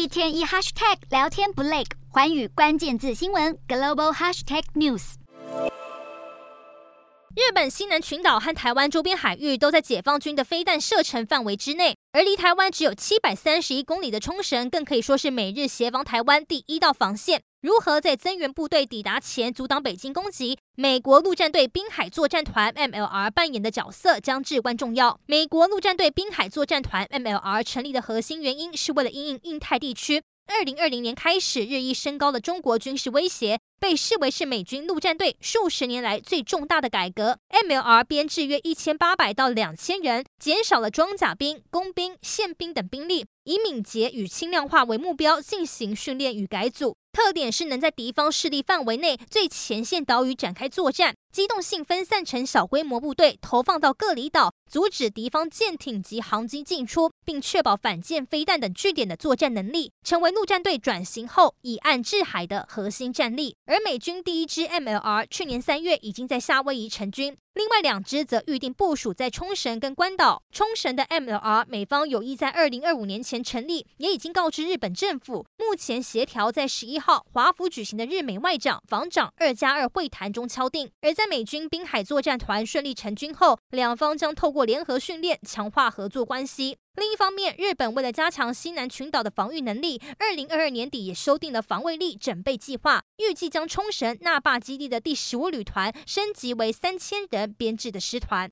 一天一 hashtag 聊天不累，寰宇关键字新闻 global hashtag news。 日本西南群岛和台湾周边海域都在解放军的飞弹射程范围之内，而离台湾只有731公里的冲绳，更可以说是美日协防台湾第一道防线。如何在增援部队抵达前阻挡北京攻击？美国陆战队滨海作战团 MLR 扮演的角色将至关重要。美国陆战队滨海作战团 MLR 成立的核心原因是为了因应印太地区2020年开始日益升高的中国军事威胁，被视为是美军陆战队数十年来最重大的改革。MLR 编制约1800到2000人，减少了装甲兵、工兵、宪兵等兵力，以敏捷与轻量化为目标进行训练与改组。特点是能在敌方势力范围内最前线岛屿展开作战，机动性分散成小规模部队，投放到各离岛，阻止敌方舰艇及航机进出，并确保反舰飞弹等据点的作战能力，成为陆战队转型后以岸制海的核心战力。而美军第一支 MLR 去年3月已经在夏威夷成军，另外2支则预定部署在冲绳跟关岛。冲绳的 MLR 美方有意在2025年前成立，也已经告知日本政府，目前协调在11号华府举行的日美外长防长2+2会谈中敲定。而在美军滨海作战团顺利成军后，两方将透过联合训练强化合作关系。另一方面，日本为了加强西南群岛的防御能力，2022年底也修订了防卫力整备计划，预计将冲绳那霸基地的第15旅团升级为3000人编制的师团。